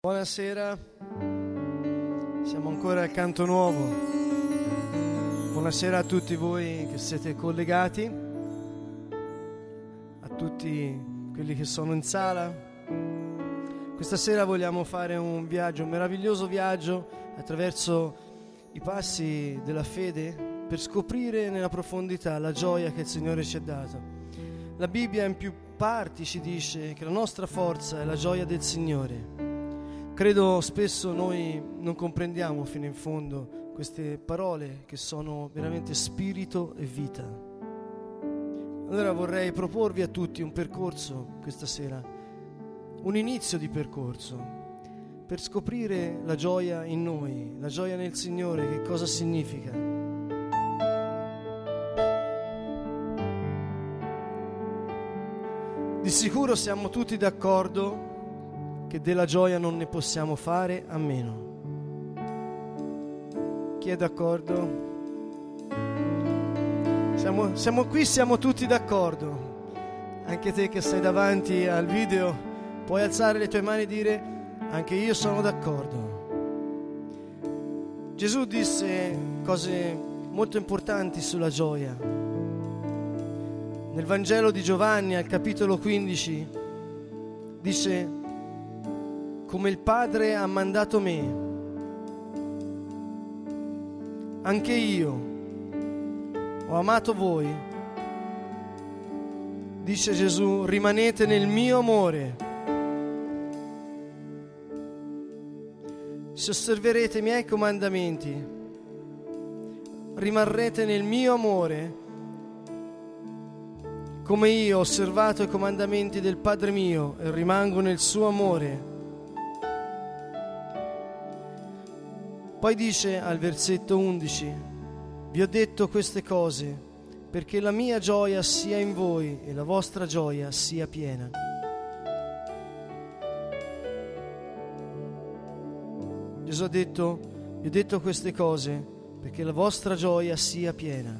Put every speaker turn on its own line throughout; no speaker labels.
Buonasera, siamo ancora al Canto Nuovo. Buonasera a tutti voi che siete collegati, a tutti quelli che sono in sala. Questa sera vogliamo fare un viaggio, un meraviglioso viaggio attraverso i passi della fede per scoprire nella profondità la gioia che il Signore ci ha dato. La Bibbia in più parti ci dice che la nostra forza è la gioia del Signore. Credo spesso noi non comprendiamo fino in fondo queste parole che sono veramente spirito e vita. Allora vorrei proporvi a tutti un percorso questa sera, un inizio di percorso per scoprire la gioia in noi, la gioia nel Signore, che cosa significa. Di sicuro siamo tutti d'accordo che della gioia non ne possiamo fare a meno. Chi è d'accordo? Siamo qui, siamo tutti d'accordo. Anche te che sei davanti al video puoi alzare le tue mani e dire: anche io sono d'accordo. Gesù disse cose molto importanti sulla gioia. Nel Vangelo di Giovanni, al capitolo 15, dice: come il Padre ha mandato me, anche io ho amato voi. Dice Gesù: rimanete nel mio amore. Se osserverete i miei comandamenti, rimarrete nel mio amore, come io ho osservato i comandamenti del Padre mio e rimango nel suo amore. Poi dice al versetto 11: vi ho detto queste cose perché la mia gioia sia in voi e la vostra gioia sia piena. Gesù ha detto: vi ho detto queste cose perché la vostra gioia sia piena.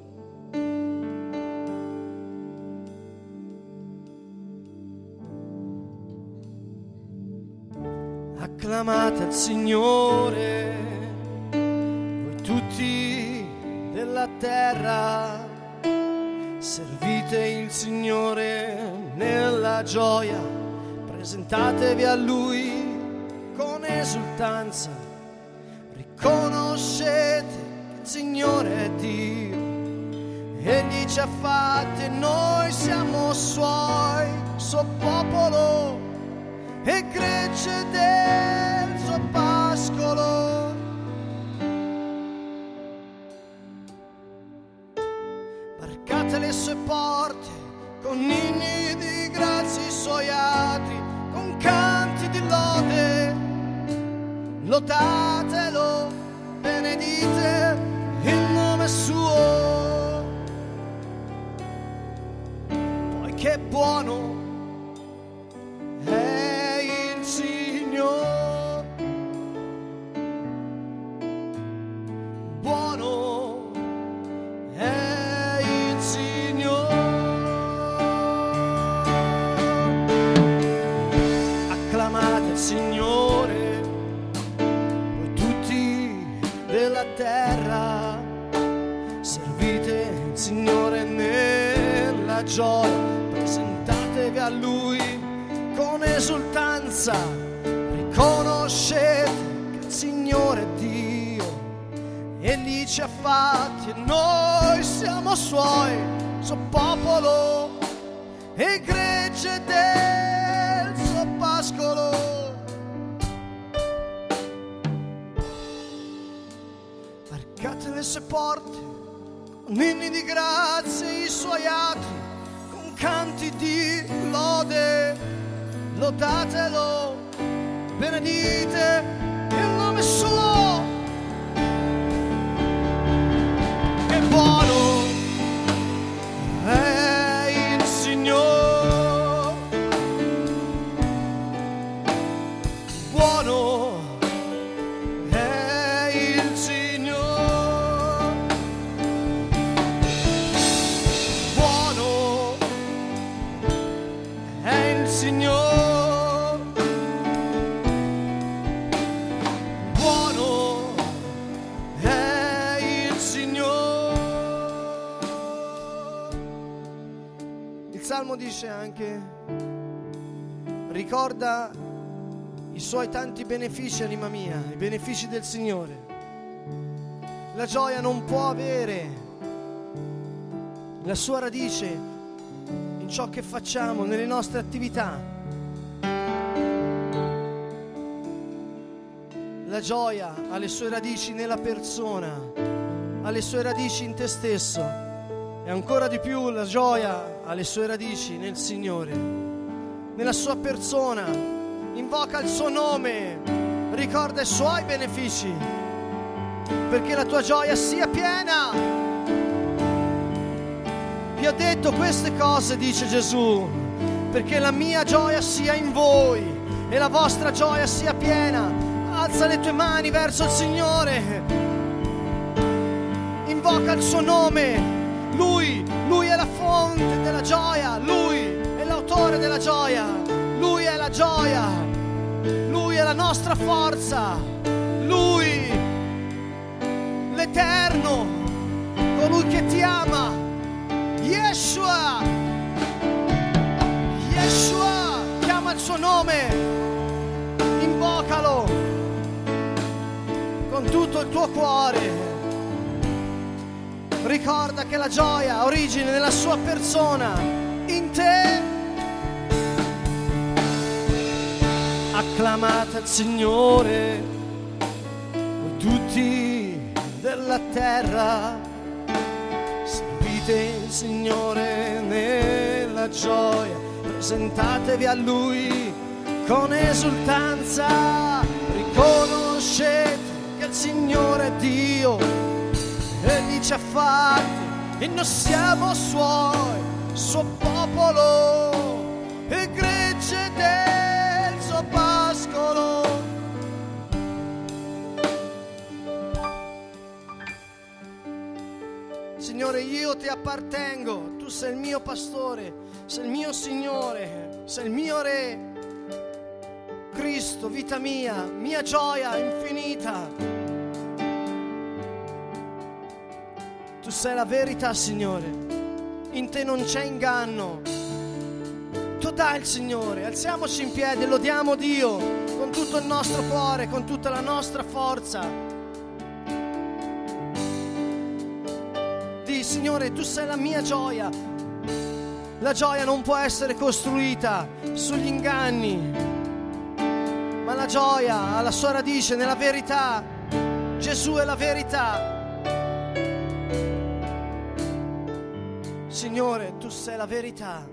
Acclamate al Signore, voi tutti della terra, servite il Signore nella gioia, presentatevi a Lui con esultanza, riconoscete che il Signore è Dio, Egli ci ha fatti e noi siamo Suoi, suo popolo e gregge del suo pascolo. Varcate le sue porte con inni di grazia, i suoi atri con canti di lode. Lodatelo, benedite il nome suo, poiché buono è Signore, buono è il Signore. Acclamate il Signore, voi tutti della terra, servite il Signore nella gioia, presentatevi a Lui con esultanza, riconoscete che il Signore è Dio, Egli ci ha fatti e noi siamo Suoi, suo popolo e gregge del suo pascolo. Varcate le sue porte con inni di grazia, i suoi atri con canti di lode. Lodatelo, benedite il nome suo, che buono è il Signore, buono è il Signore, buono è il Signore. Salmo dice anche: ricorda i suoi tanti benefici, anima mia, i benefici del Signore. La gioia non può avere la sua radice in ciò che facciamo, nelle nostre attività. La gioia ha le sue radici nella persona, ha le sue radici in te stesso, e ancora di più la gioia ha le sue radici nel Signore, nella sua persona. Invoca il suo nome, ricorda i suoi benefici, perché la tua gioia sia piena. Vi ho detto queste cose, dice Gesù, perché la mia gioia sia in voi e la vostra gioia sia piena. Alza le tue mani verso il Signore, invoca il suo nome. Lui è la fonte della gioia, Lui è l'autore della gioia, Lui è la gioia, Lui è la nostra forza, Lui, l'Eterno, colui che ti ama, Yeshua, chiama il suo nome, invocalo con tutto il tuo cuore. Ricorda che la gioia ha origine nella sua persona, in te. Acclamate il Signore, voi tutti della terra, servite il Signore nella gioia, presentatevi a Lui con esultanza, riconoscete che il Signore è Dio. Egli ci ha fatti e noi siamo suoi, suo popolo e gregge del suo pascolo. Signore, io ti appartengo, tu sei il mio pastore, sei il mio Signore, sei il mio Re. Cristo, vita mia gioia infinita. Tu sei la verità, Signore, in te non c'è inganno. Tu dai il Signore, alziamoci in piedi e lodiamo Dio con tutto il nostro cuore, con tutta la nostra forza. Dì: Signore, tu sei la mia gioia. La gioia non può essere costruita sugli inganni, ma la gioia ha la sua radice nella verità. Gesù è la verità. Signore, tu sei la verità.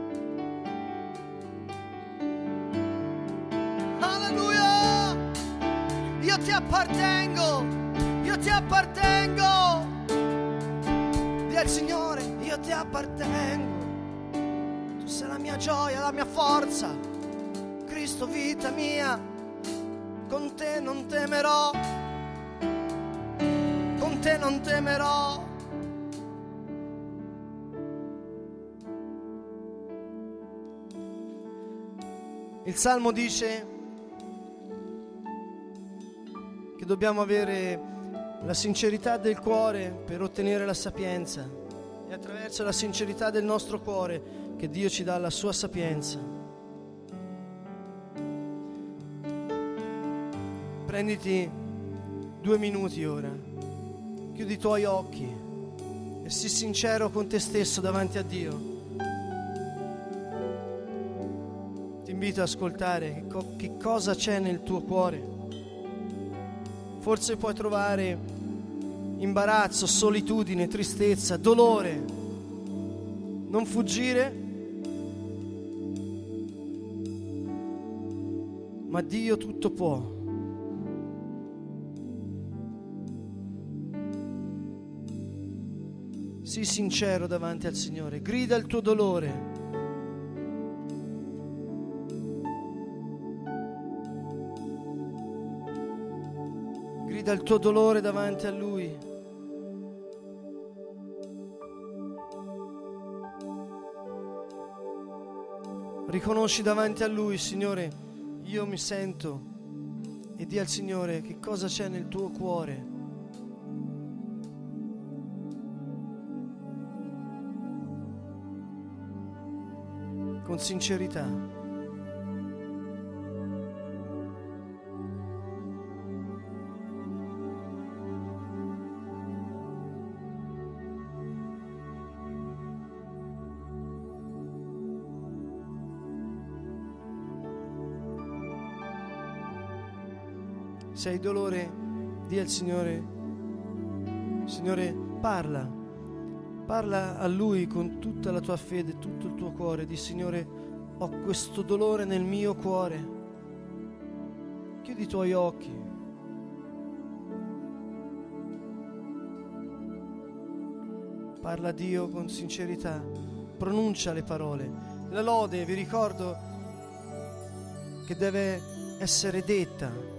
Alleluia! Io ti appartengo, io ti appartengo. Dì al Signore: io ti appartengo. Tu sei la mia gioia, la mia forza. Cristo, vita mia, con te non temerò, con te non temerò. Il Salmo dice che dobbiamo avere la sincerità del cuore per ottenere la sapienza, e attraverso la sincerità del nostro cuore che Dio ci dà la sua sapienza. Prenditi 2 minuti ora, chiudi i tuoi occhi e sii sincero con te stesso davanti a Dio. Ti invito ad ascoltare che cosa c'è nel tuo cuore. Forse puoi trovare imbarazzo, solitudine, tristezza, dolore. Non fuggire, ma Dio tutto può. Sii sincero davanti al Signore, grida il tuo dolore. Grida il tuo dolore davanti a Lui. Riconosci davanti a Lui: Signore, io mi sento, e di al Signore che cosa c'è nel tuo cuore. con sincerità. Se hai dolore, di al Signore, Signore, parla a Lui con tutta la tua fede, tutto il tuo cuore. Di: Signore, ho questo dolore nel mio cuore. Chiudi i tuoi occhi. Parla a Dio con sincerità, pronuncia le parole. La lode, vi ricordo, che deve essere detta.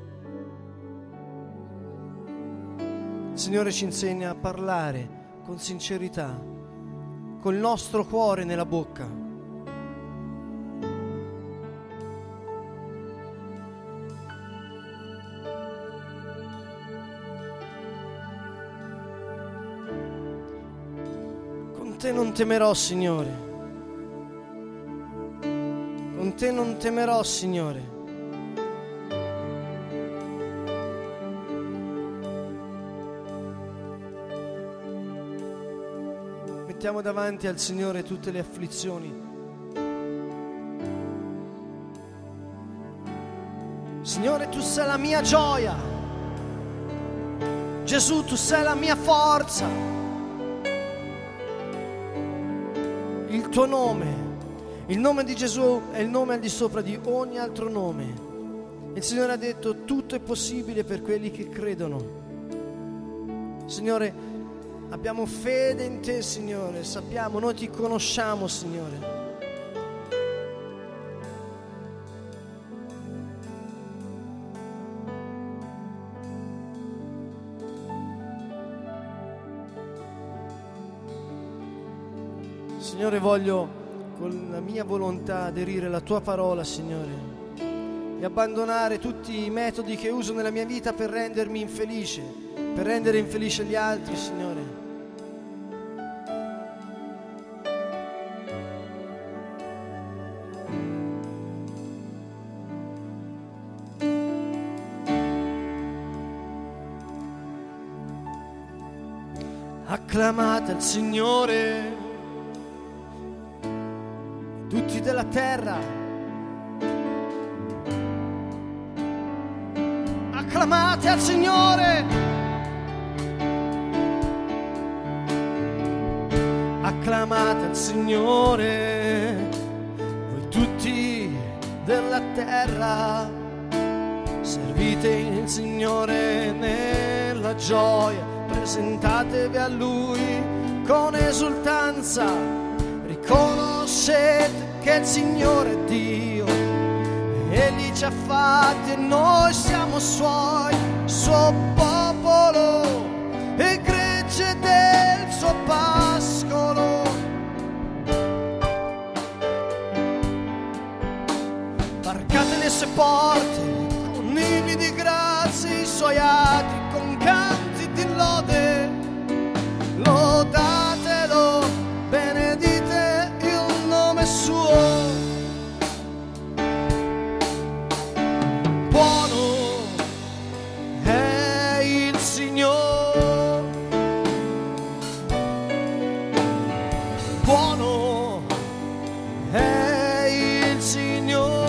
Il Signore ci insegna a parlare con sincerità, col nostro cuore nella bocca. Con te non temerò, Signore. Con te non temerò, Signore. Mettiamo davanti al Signore tutte le afflizioni. Signore, tu sei la mia gioia. Gesù, tu sei la mia forza. Il tuo nome, il nome di Gesù è il nome al di sopra di ogni altro nome. Il Signore ha detto: tutto è possibile per quelli che credono. Signore, abbiamo fede in te, Signore, sappiamo, noi ti conosciamo, Signore. Signore, voglio con la mia volontà aderire alla tua parola, Signore, e abbandonare tutti i metodi che uso nella mia vita per rendermi infelice, per rendere infelice gli altri, Signore. Acclamate il Signore, tutti della terra. Acclamate al Signore. Acclamate al Signore, voi tutti della terra. Servite il Signore nella gioia. Presentatevi a Lui con esultanza, riconoscete che il Signore è Dio, Egli ci ha fatti e noi siamo Suoi, Suo popolo e gregge del Suo pascolo. Varcate le sue porte con inni di grazia, i Suoi atri con canti di lode, lodatelo, benedite il nome suo. Buono è il Signore, buono è il Signore.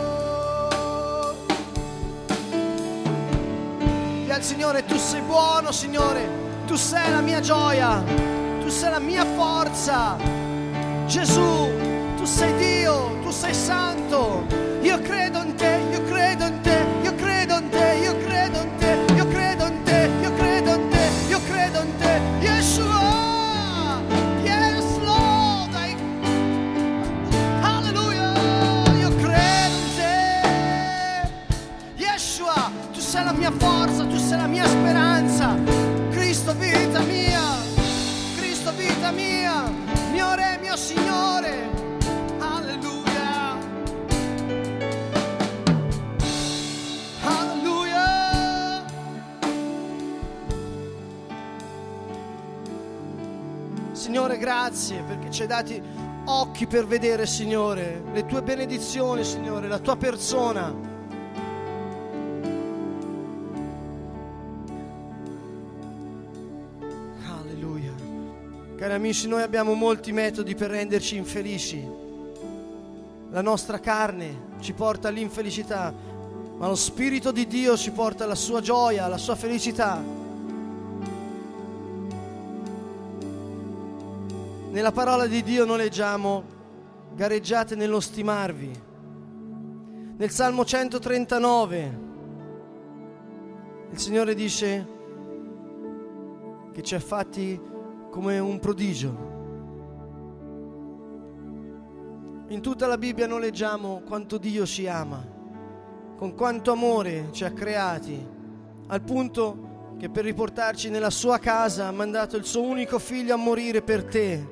E al Signore: tu sei buono, Signore, tu sei la mia gioia, tu sei la mia forza. Gesù, tu sei Dio, tu sei santo. Io credo in te, io credo in te, io credo in te, io credo in te, io credo in te, io credo in te, io credo in te. Yeshua, yes Lord, hallelujah, io credo in te. Yeshua, tu sei la mia forza, tu sei la mia speranza. Cristo vita mia, Cristo vita mia, mio Re, mio Signore, alleluia, alleluia. Signore, grazie perché ci hai dati occhi per vedere, Signore, le tue benedizioni, Signore, la tua persona. Alleluia. Cari amici, noi abbiamo molti metodi per renderci infelici. La nostra carne ci porta all'infelicità, ma lo Spirito di Dio ci porta alla sua gioia, alla sua felicità. Nella parola di Dio noi leggiamo: gareggiate nello stimarvi. Nel Salmo 139 il Signore dice che ci ha fatti come un prodigio. In tutta la Bibbia noi leggiamo quanto Dio ci ama, con quanto amore ci ha creati, al punto che per riportarci nella sua casa ha mandato il suo unico figlio a morire per te.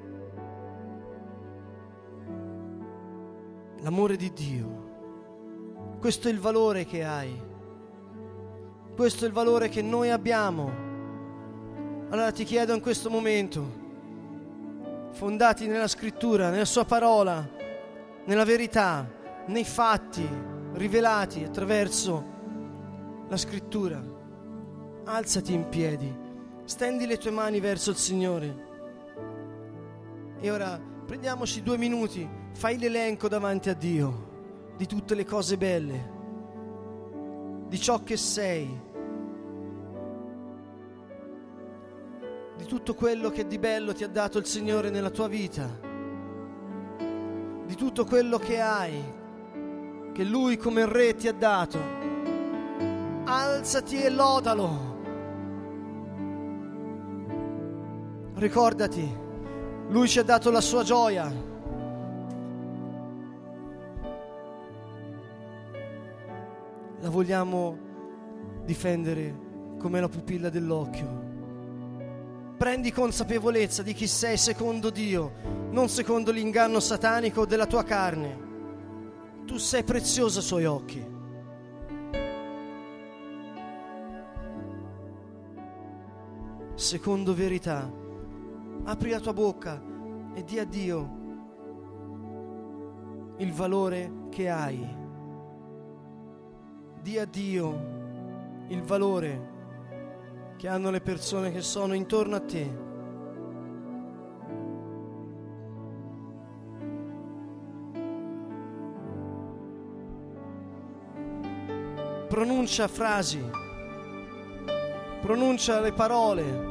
L'amore di Dio, questo è il valore che hai, questo è il valore che noi abbiamo. Allora ti chiedo in questo momento, fondati nella scrittura, nella sua parola, nella verità, nei fatti rivelati attraverso la scrittura, alzati in piedi, stendi le tue mani verso il Signore e ora prendiamoci 2 minuti, fai l'elenco davanti a Dio di tutte le cose belle, di ciò che sei, di tutto quello che di bello ti ha dato il Signore nella tua vita, di tutto quello che hai, che Lui come Re ti ha dato. Alzati e lodalo. Ricordati, Lui ci ha dato la sua gioia. La vogliamo difendere come la pupilla dell'occhio. Prendi consapevolezza di chi sei secondo Dio, non secondo l'inganno satanico della tua carne. Tu sei prezioso ai suoi occhi. Secondo verità, apri la tua bocca e di a Dio il valore che hai. Di a Dio il valore che hanno le persone che sono intorno a te. Pronuncia frasi, pronuncia le parole.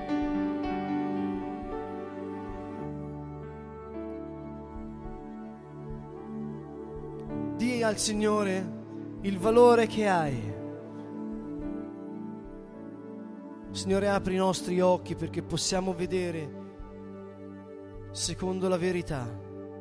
Dì al Signore il valore che hai. Signore, apri i nostri occhi perché possiamo vedere secondo la verità.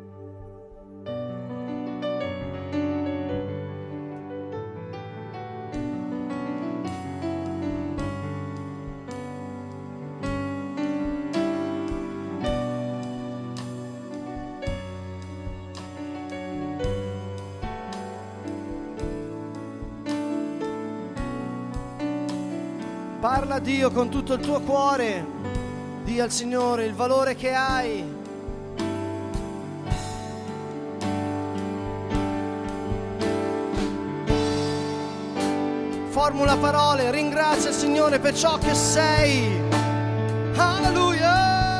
Parla a Dio con tutto il tuo cuore, dì al Signore il valore che hai. Formula parole, ringrazia il Signore per ciò che sei. Alleluia!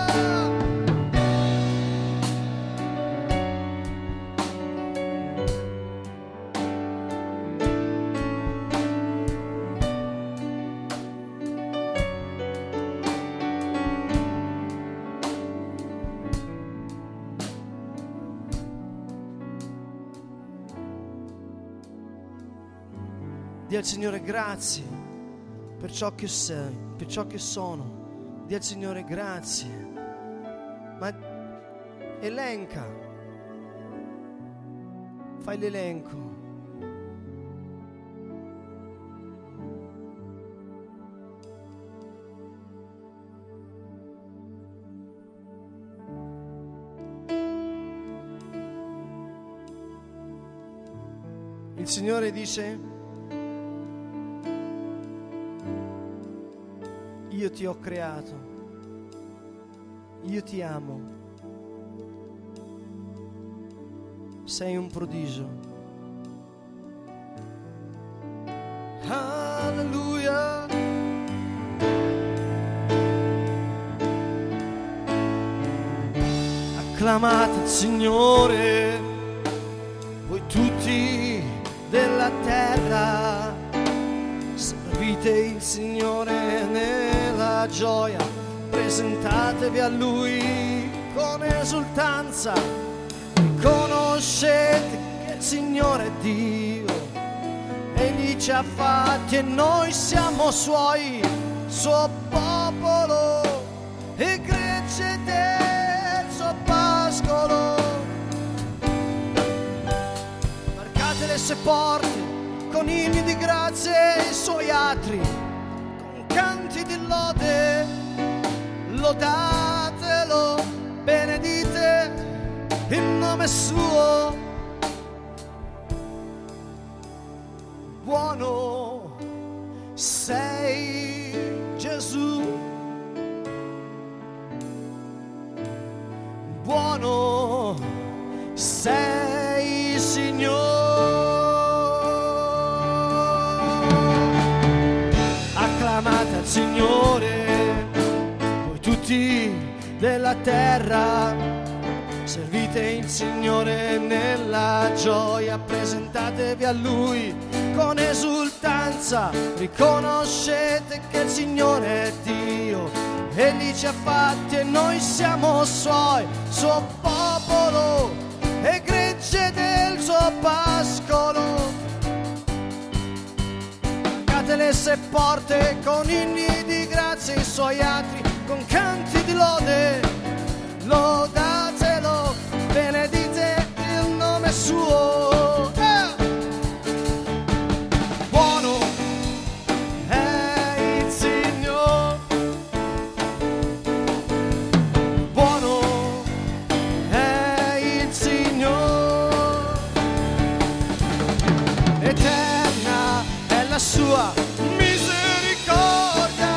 Dì al Signore grazie per ciò che sei, per ciò che sono. Dì al Signore grazie. Ma elenca. Fai l'elenco. Il Signore dice: io ti ho creato, io ti amo, sei un prodigio. Alleluia. Acclamate il Signore, voi tutti della terra, servite il Signore nella gioia, presentatevi a Lui con esultanza, riconoscete che il Signore è Dio, Egli ci ha fatti e noi siamo Suoi, Suo popolo e gregge del Suo pascolo. Varcate le sue porte con inni di grazie e i Suoi atri, con canti di lode, lodatelo, benedite il nome Suo. Buono sei Gesù, buono sei Signore. Acclamate al Signore, voi tutti della terra, servite il Signore nella gioia, presentatevi a Lui con esultanza, riconoscete che il Signore è Dio, Egli ci ha fatti e noi siamo Suoi, Suo popolo e gregge del Suo pascolo. Varcate le sue porte con inni di grazia e i Suoi atri, con canti di lode, lodatelo, benedite il nome Suo. Buono è il Signore, buono è il Signore, eterna è la Sua misericordia,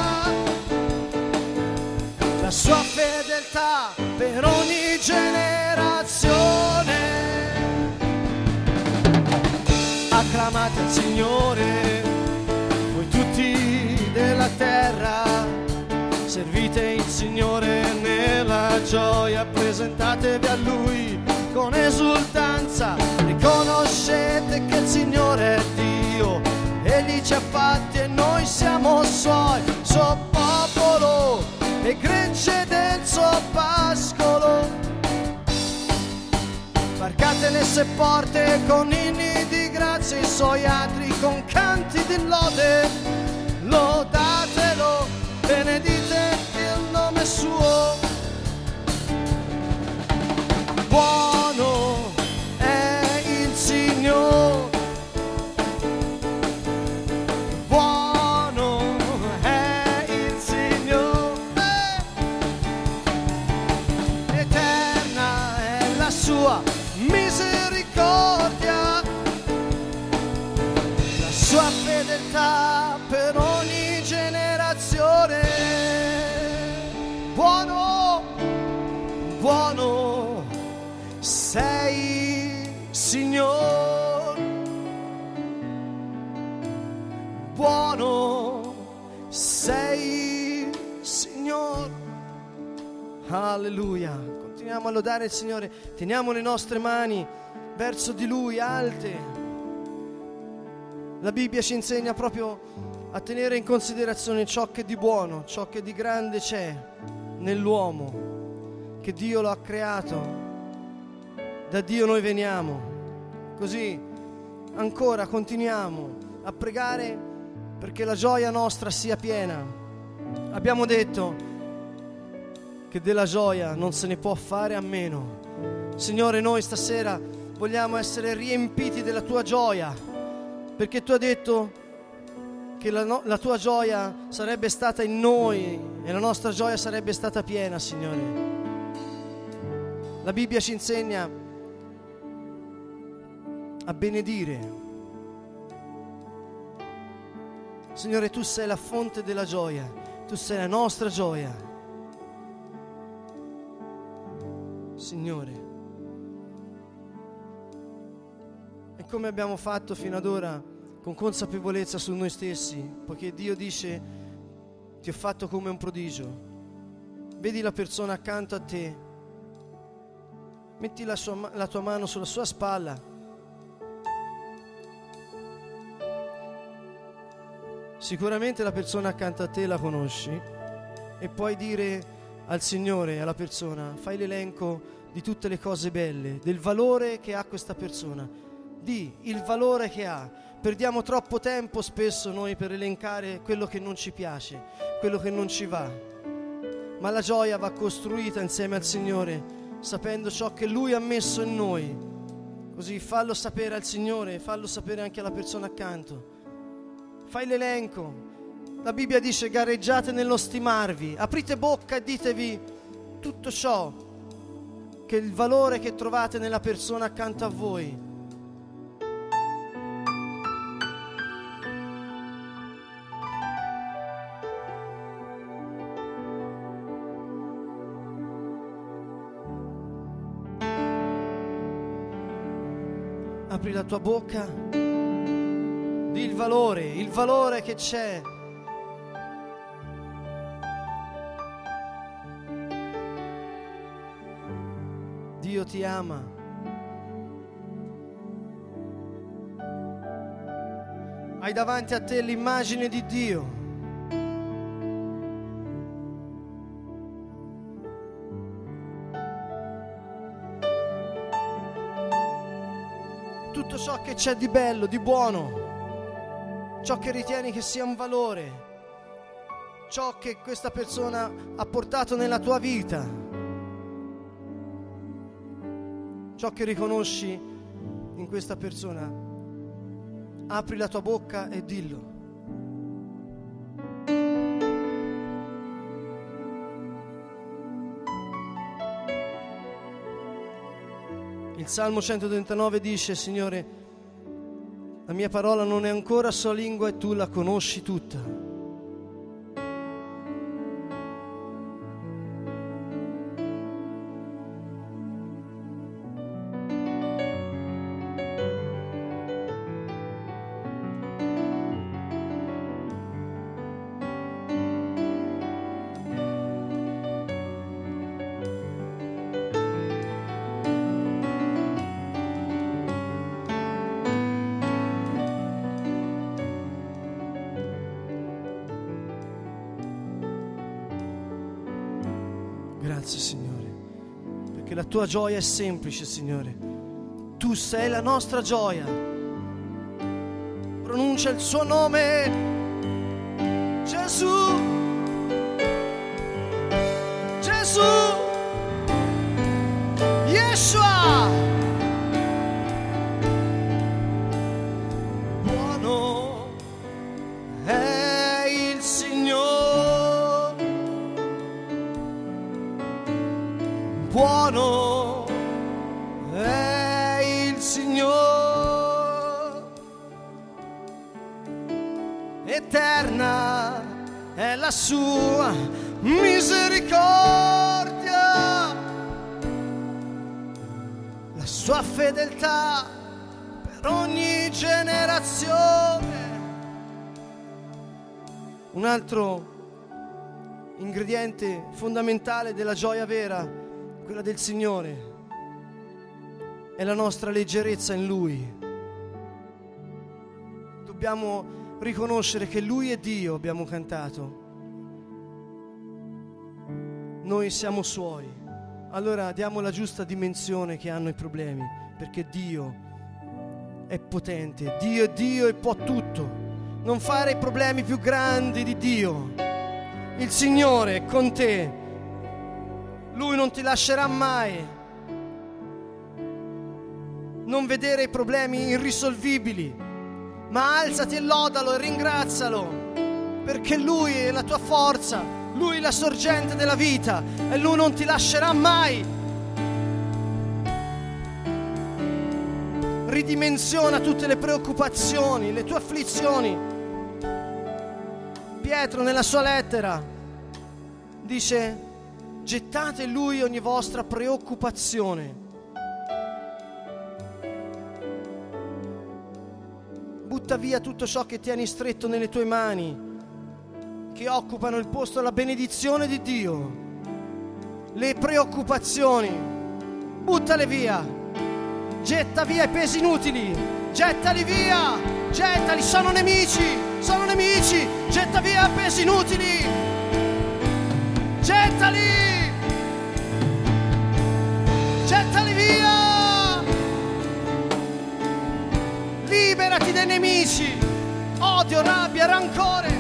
la Sua fedeltà per ogni generazione. Acclamate il Signore, voi tutti della terra, servite il Signore nella gioia, presentatevi a Lui con esultanza, riconoscete che il Signore è Dio, Egli ci ha fatti e noi siamo Suoi, Suo popolo e gregge del Suo pascolo. Varcate le sue porte con inni di grazia e i Suoi atri, con canti di lode, lodatelo, benedite il nome Suo. Buono è il Signore, buono è il Signore, eterna è la Sua misericordia, la Sua fedeltà per ogni generazione. Buono, buono sei Signore, buono sei Signore. Alleluia. Continuiamo a lodare il Signore, teniamo le nostre mani verso di Lui alte. La Bibbia ci insegna proprio a tenere in considerazione ciò che di buono, ciò che di grande c'è nell'uomo, che Dio lo ha creato. Da Dio noi veniamo. Così ancora continuiamo a pregare perché la gioia nostra sia piena. Abbiamo detto che della gioia non se ne può fare a meno. Signore, noi stasera vogliamo essere riempiti della Tua gioia, perché Tu hai detto che la Tua gioia sarebbe stata in noi e la nostra gioia sarebbe stata piena, Signore. La Bibbia ci insegna a benedire. Signore, Tu sei la fonte della gioia, Tu sei la nostra gioia. Signore, come abbiamo fatto fino ad ora, con consapevolezza su noi stessi, poiché Dio dice: ti ho fatto come un prodigio. Vedi la persona accanto a te, metti la tua mano sulla sua spalla. Sicuramente la persona accanto a te la conosci e puoi dire al Signore, alla persona: fai l'elenco di tutte le cose belle, del valore che ha questa persona. Di il valore che ha. Perdiamo troppo tempo spesso noi per elencare quello che non ci piace, quello che non ci va. Ma la gioia va costruita insieme al Signore, sapendo ciò che Lui ha messo in noi. Così fallo sapere al Signore, fallo sapere anche alla persona accanto. Fai l'elenco. La Bibbia dice: gareggiate nello stimarvi, aprite bocca e ditevi tutto ciò che è il valore che trovate nella persona accanto a voi. Apri la tua bocca. Di il valore che c'è. Dio ti ama. Hai davanti a te l'immagine di Dio. Tutto ciò che c'è di bello, di buono, ciò che ritieni che sia un valore, ciò che questa persona ha portato nella tua vita, ciò che riconosci in questa persona, apri la tua bocca e dillo. Il Salmo 139 dice: Signore, la mia parola non è ancora sua lingua e tu la conosci tutta. Grazie, Signore, perché la tua gioia è semplice, Signore. Tu sei la nostra gioia. Pronuncia il suo nome, Gesù, Gesù, Yeshua. Buono è il Signore, buono è il Signore, eterna è la sua misericordia, la sua fedeltà per ogni generazione. Un altro ingrediente fondamentale della gioia vera, quella del Signore, è la nostra leggerezza in Lui. Dobbiamo riconoscere che Lui è Dio, abbiamo cantato. Noi siamo Suoi. Allora diamo la giusta dimensione che hanno i problemi, perché Dio è potente, Dio è Dio e può tutto. Non fare i problemi più grandi di Dio. Il Signore è con te. Lui non ti lascerà mai. Non vedere i problemi irrisolvibili, ma alzati e lodalo e ringrazialo, perché Lui è la tua forza, Lui è la sorgente della vita e Lui non ti lascerà mai. Ridimensiona tutte le preoccupazioni, le tue afflizioni. Pietro nella sua lettera dice: gettate in Lui ogni vostra preoccupazione. Butta via tutto ciò che tieni stretto nelle tue mani, che occupano il posto alla benedizione di Dio. Le preoccupazioni, buttale via. Getta via i pesi inutili, gettali via, gettali, sono nemici, getta via i pesi inutili, gettali via. Liberati dai nemici, odio, rabbia, rancore.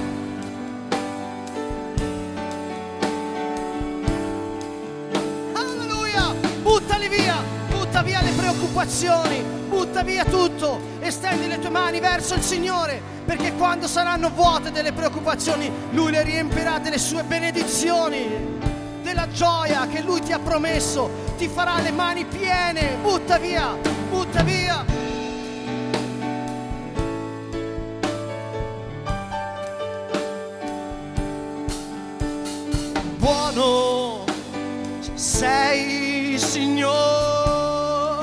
Alleluia, buttali via, butta via le preoccupazioni, butta via tutto e stendi le tue mani verso il Signore, perché quando saranno vuote delle preoccupazioni, Lui le riempirà delle sue benedizioni, della gioia che Lui ti ha promesso, ti farà le mani piene. Butta via, butta via. Buono sei, Signore,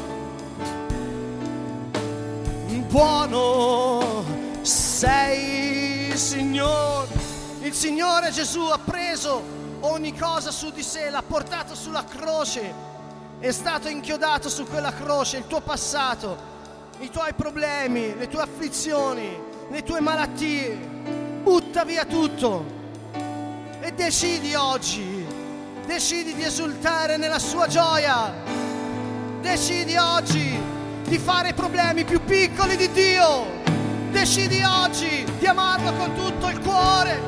buono sei, Signore. Il Signore Gesù ha preso ogni cosa su di sé, l'ha portato sulla croce, è stato inchiodato su quella croce, il tuo passato, i tuoi problemi, le tue afflizioni, le tue malattie. Butta via tutto e decidi oggi, decidi di esultare nella sua gioia, decidi oggi di fare i problemi più piccoli di Dio, decidi oggi di amarlo con tutto il cuore.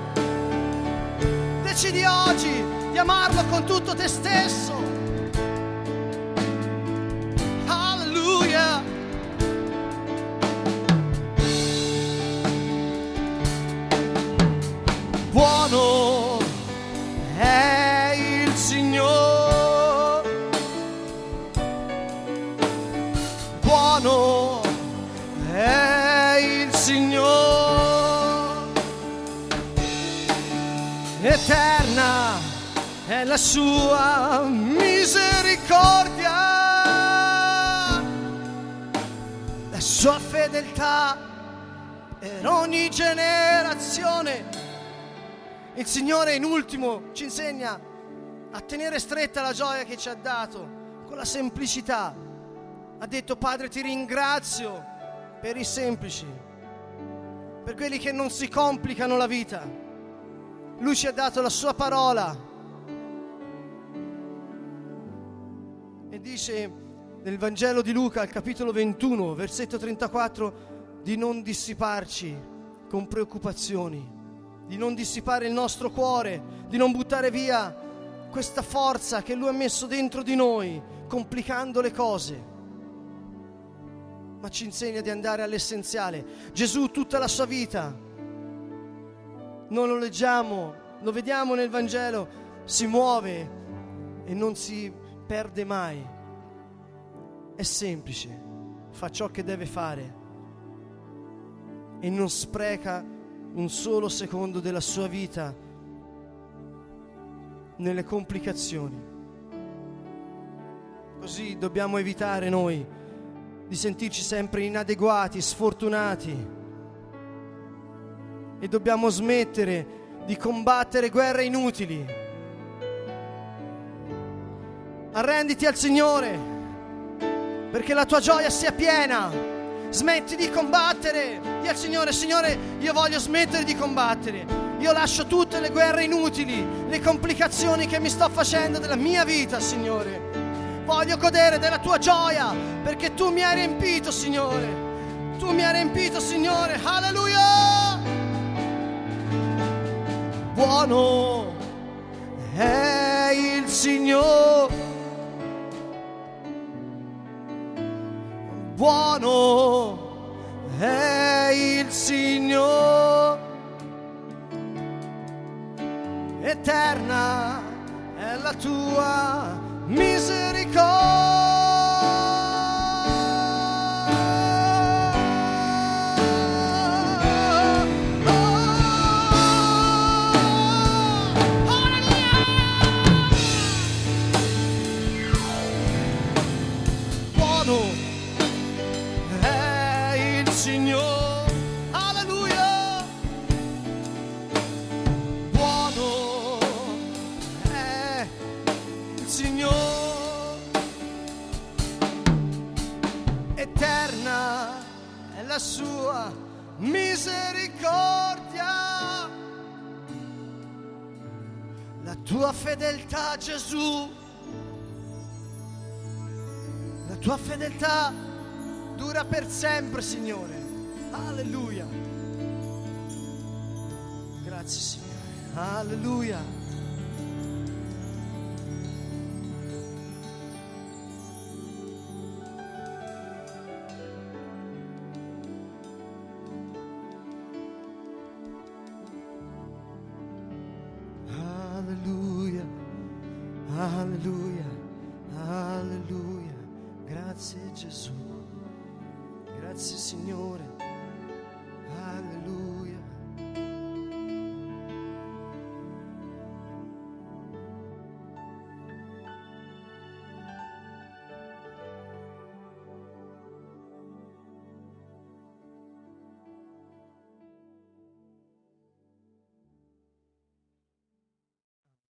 Decidi oggi di amarlo con tutto te stesso. Alleluia. Buono è il Signore, buono è il Signore. Eterna è la sua misericordia, la sua fedeltà per ogni generazione. Il Signore in ultimo ci insegna a tenere stretta la gioia che ci ha dato, con la semplicità. Ha detto: Padre, ti ringrazio per i semplici, per quelli che non si complicano la vita. Lui ci ha dato la sua parola e dice nel Vangelo di Luca, al capitolo 21, versetto 34, di non dissiparci con preoccupazioni, di non dissipare il nostro cuore, di non buttare via questa forza che Lui ha messo dentro di noi, complicando le cose, ma ci insegna di andare all'essenziale. Gesù tutta la sua vita, non lo leggiamo, lo vediamo nel Vangelo, si muove e non si perde mai. È semplice, fa ciò che deve fare e non spreca un solo secondo della sua vita nelle complicazioni. Così dobbiamo evitare noi di sentirci sempre inadeguati, sfortunati, e dobbiamo smettere di combattere guerre inutili. Arrenditi al Signore perché la tua gioia sia piena. Smetti di combattere, di al Signore: Signore, io voglio smettere di combattere, io lascio tutte le guerre inutili, le complicazioni che mi sto facendo della mia vita, Signore. Voglio godere della tua gioia perché tu mi hai riempito, Signore, tu mi hai riempito, Signore. Alleluia. Buono è il Signore, buono è il Signore, eterna è la tua misericordia. Buono è il Signore, misericordia, la tua fedeltà, Gesù, la tua fedeltà dura per sempre, Signore. Alleluia. Grazie, Signore. Alleluia. Alleluia, alleluia, alleluia. Grazie Gesù, grazie Signore.